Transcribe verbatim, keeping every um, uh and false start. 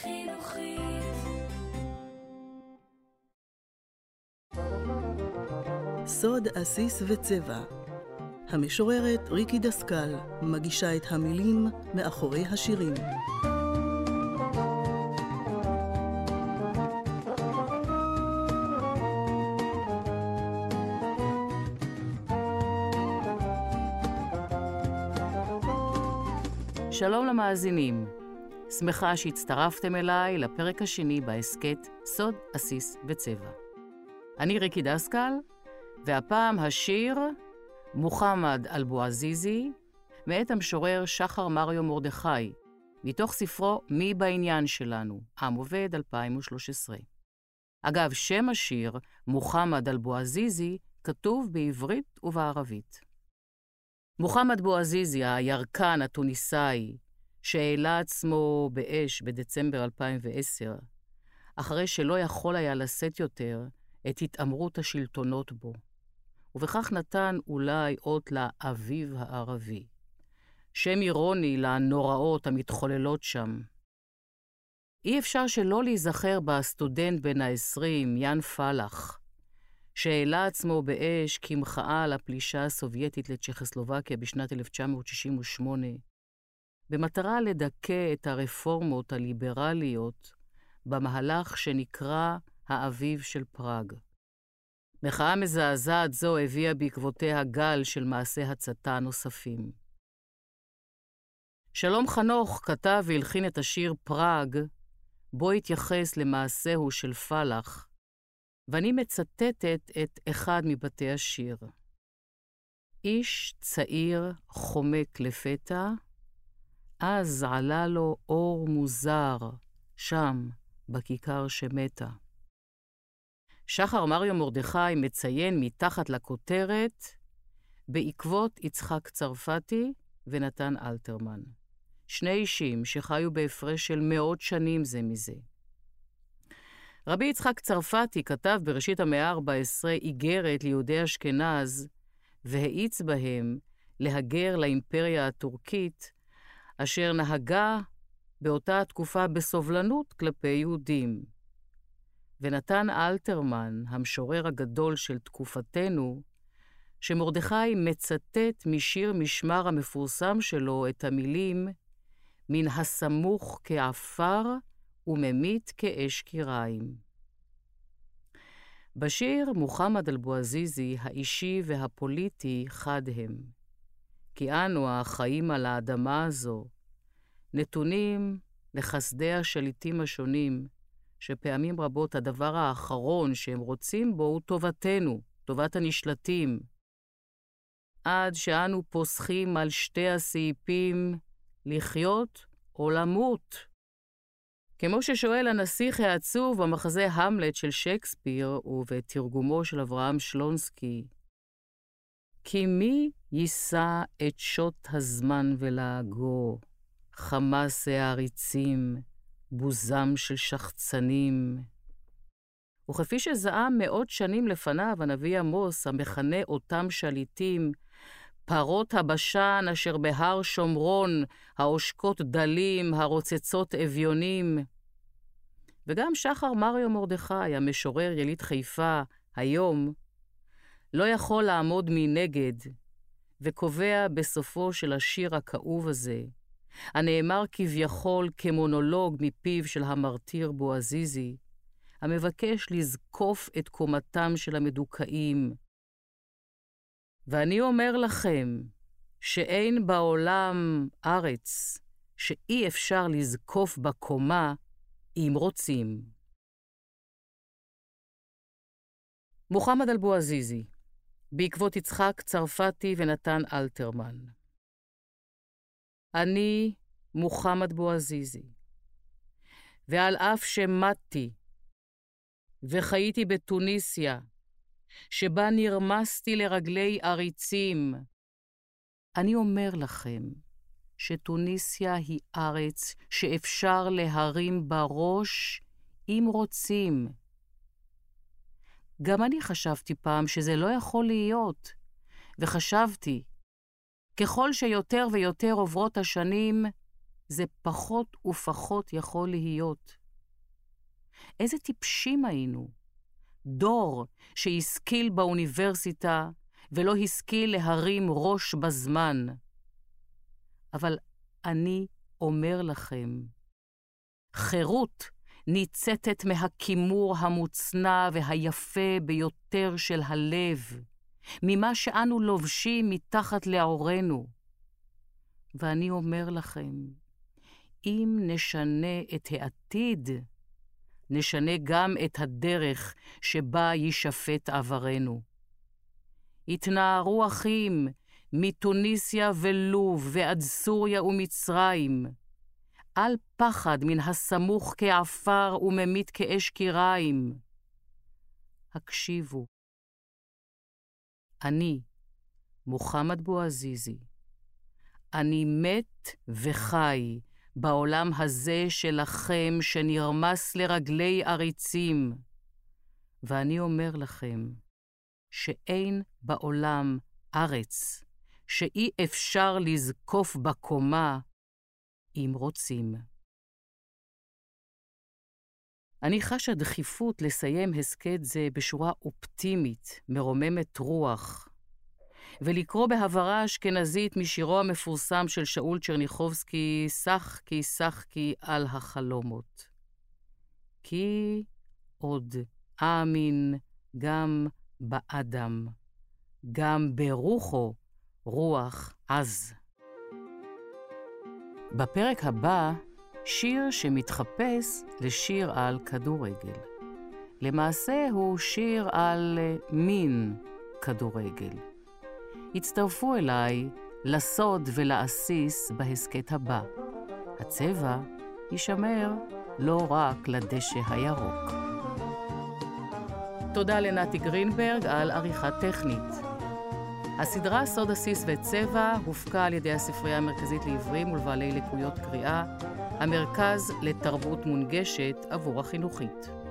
חינוכית. סוד עסיס וצבע. המשוררת ריקי דסקל מגישה את המילים מאחורי השירים. שלום למאזינים, שמחה שהצטרפתם אליי לפרק השני בהסכת סוד עסיס וצבע. אני ריקי דסקל, והפעם השיר מוחמד אל-בועזיזי, מאת המשורר שחר מריו מרדכי, מתוך ספרו מי בעניין שלנו, עם עובד אלפיים ושלוש עשרה. אגב, שם השיר, מוחמד אל-בועזיזי, כתוב בעברית ובערבית. מוחמד בועזיזי, הירקן התוניסאי, שהעלה עצמו באש בדצמבר אלפיים ועשר, אחרי שלא יכול היה לשאת יותר את התאמרות השלטונות בו, ובכך נתן אולי אות לאביב הערבי, שם אירוני לנוראות המתחוללות שם. אי אפשר שלא להיזכר בסטודנט בן העשרים, יאן פלח, שהעלה עצמו באש כמחאה על הפלישה הסובייטית לצ'כוסלובקיה בשנת אלף תשע מאות שישים ושמונה, במטרה לדכא את הרפורמות הליברליות במהלך שנקרא האביב של פראג. מחאה מזעזעת זו הביאה בעקבותיה גל של מעשי הצתה נוספים. שלום חנוך כתב והלחין את השיר פראג, בו התייחס למעשהו של פלח, ואני מצטטת את אחד מבתי השיר. איש צעיר חומק לפתע, אז עלה לו אור מוזר, שם, בכיכר שמתה. שחר מריו מרדכי מציין מתחת לכותרת, בעקבות יצחק צרפתי ונתן אלתרמן. שני אישים שחיו בהפרש של מאות שנים זה מזה. רבי יצחק צרפתי כתב בראשית המאה ה-ארבע עשרה איגרת ליהודי אשכנז, והאיץ בהם להגר לאימפריה הטורקית, אשר נהגה באותה התקופה בסובלנות כלפי יהודים. ונתן אלתרמן, המשורר הגדול של תקופתנו, שמרדכי מצטט משיר משמר המפורסם שלו את המילים מן הסמוך כעפר וממית כאש קיריים. בשיר מוחמד אל-בועזיזי האישי והפוליטי חד הם, כי אנו החיים על האדמה הזו נתונים לחסדי השליטים השונים, שפעמים רבות הדבר האחרון שהם רוצים בו הוא טובתנו, טובת הנשלטים, עד שאנו פוסחים על שתי הסעיפים לחיות או למות. כמו ששואל הנסיך העצוב במחזה המלט של שייקספיר ובתרגומו של אברהם שלונסקי, כי מי יישא את שוט הזמן ולעגו, חמאס העריצים, בוזם של שחצנים. וכפי שזעם מאות שנים לפניו הנביא עמוס, המכנה אותם שליטים, פרות הבשן אשר בהר שומרון, העושקות דלים, הרוצצות אביונים. וגם שחר מריו מרדכי, המשורר יליד חיפה, היום, לא יכול לעמוד מנגד, וקובע בסופו של השיר הכאוב הזה, הנאמר כביכול כמונולוג מפיו של המרטיר בועזיזי, המבקש לזקוף את קומתם של המדוכאים. ואני אומר לכם, שאין בעולם ארץ שאי אפשר לזקוף בקומה אם רוצים. מוחמד אל-בועזיזי, בעקבות יצחק צרפתי ונתן אלתרמן. אני מוחמד בועזיזי, ועל אף שמתי וחייתי בתוניסיה, שבה נרמסתי לרגלי עריצים, אני אומר לכם שטוניסיה היא ארץ שאפשר להרים בראש אם רוצים. גם אני חשבתי פעם שזה לא יכול להיות, וחשבתי, ככל שיותר ויותר עוברות השנים, זה פחות ופחות יכול להיות. איזה טיפשים היינו. דור שהשכיל באוניברסיטה ולא השכיל להרים ראש בזמן. אבל אני אומר לכם, חירות ניצתת מהכימור המוצנע והיפה ביותר של הלב, ממה שאנו לובשים מתחת לעורנו. ואני אומר לכם, אם נשנה את העתיד, נשנה גם את הדרך שבה יישפט עברנו. התנערו אחים מתוניסיה ולוב ועד סוריה ומצרים, אל פחד מן הסמוך כעפר וממית כאש קיריים. הקשיבו. אני, מוחמד בועזיזי, אני מת וחי בעולם הזה שלכם שנרמס לרגלי עריצים. ואני אומר לכם שאין בעולם ארץ שאי אפשר לזקוף בקומה אם רוצים. אני חשה דחיפות לסיים הסקט זה בשורה אופטימית, מרוממת רוח, ולקרוא בהברה אשכנזית משירו המפורסם של שאול צ'רניחובסקי, שחקי שחקי על החלומות. כי עוד אמין גם באדם, גם ברוחו רוח עז. בפרק הבא, שיר שמתחפש לשיר על כדורגל. למעשה הוא שיר על מין כדורגל. הצטרפו אליי לסוד ולעסיס בהסקט הבא. הצבע יישמר לא רק לדשא הירוק. תודה לנתי גרינברג על עריכה טכנית. הסדרה סוד עסיס וצבע הופקה על ידי הספרייה המרכזית לעיוורים ולבעלי לקויות קריאה, המרכז לתרבות מונגשת עבור החינוכית.